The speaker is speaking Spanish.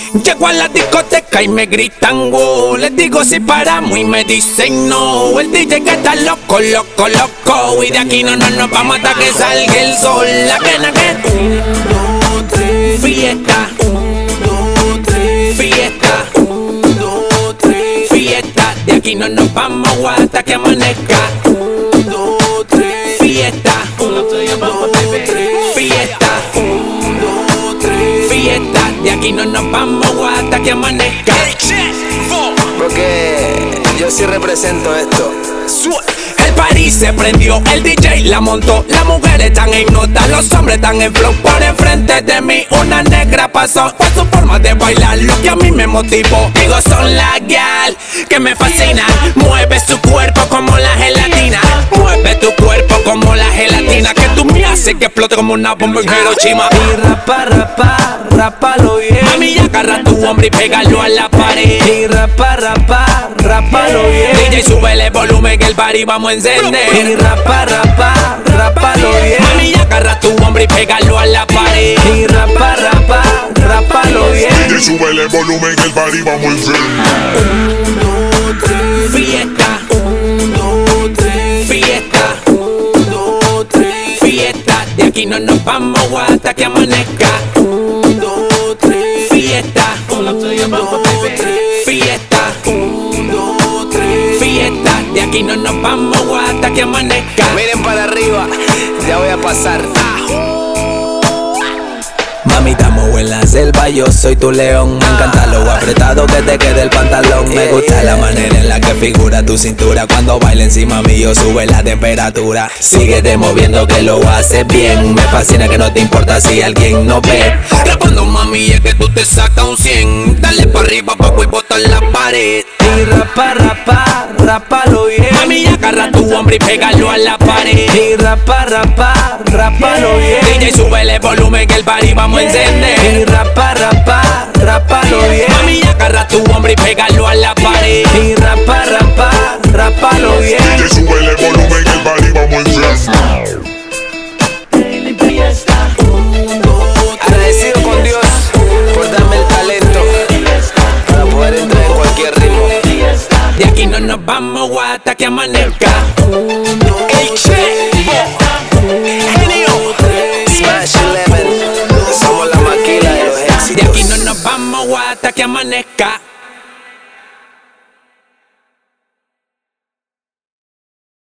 Llego a la discoteca y me gritan wow. Les digo si paramos y me dicen no. El DJ que está loco, loco, loco. Y de aquí no nos vamos hasta que salga el sol. La pena que 1, 2, 3 fiesta. 1, 2, 3 fiesta. 1, 2, 3 fiesta. De aquí no nos vamos hasta que amanezca. 1, 2, 3 fiesta. 1, 2, 3 fiesta. 1, 2, 3 fiesta. De aquí no nos vamos hasta que amanezca. Porque yo sí represento esto. El party se prendió, el DJ la montó. Las mujeres están en nota, los hombres están en flow. Por enfrente de mí una negra pasó. Por su forma de bailar, lo que a mí me motivó. Digo, son las gal que me fascina. Mueve su cuerpo como la gelatina. Mueve tu cuerpo como la gelatina. Que tú me haces que explote como una bomba en Hiroshima. Y rapa, rapa, rapalo bien. Mami, agarra tu hombre y pégalo a la pared. Y rapa, rapa, rapalo bien. DJ, súbele el volumen que el party vamos a encender. Y rapa, rapa, rapalo bien. Mami, agarra tu hombre y pégalo a la pared. Y rapa, rapa, rapalo bien. DJ, súbele el volumen que el party vamos a encender. 1, 2, 3 fiesta. 1, 2, 3 fiesta. 1, 2, 3 fiesta. De aquí no nos vamos hasta que amanezca. 1, 2, 3 fiesta. 1, 2, 3 fiesta. 1, 2, 3 fiesta. De aquí no nos vamos hasta que amanezca. Miren para arriba, ya voy a pasar. Mami, estamos en la selva, yo soy tu león. Me encanta lo apretado que te quede el pantalón. Me gusta la manera en la que figura tu cintura. Cuando baila encima mío sube la temperatura. Síguete moviendo que lo haces bien. Me fascina que no te importa si alguien no ve. Rapando, mami, es que tú te sacas un 100. Dale pa' arriba, abajo y bota la pared. Y rapa, rapa, rapalo bien. Mami, agarra tu hombre y pégalo a la pared. Y rapa, rapa, rapalo bien. DJ, súbele el volumen que el party vamos a encender. Y rapa, rapa, rapalo bien. Mami, agarra tu hombre y pégalo a la pared. Y rapa, rapa, rapalo bien. DJ, súbele el volumen que el party vamos a encender. Agradecido con Dios por darme el talento para poder entrar en cualquier ritmo. De aquí no nos vamos hasta que amanezca. Smash 11, somos la maquila de los éxitos. De aquí no nos vamos hasta que amanezca.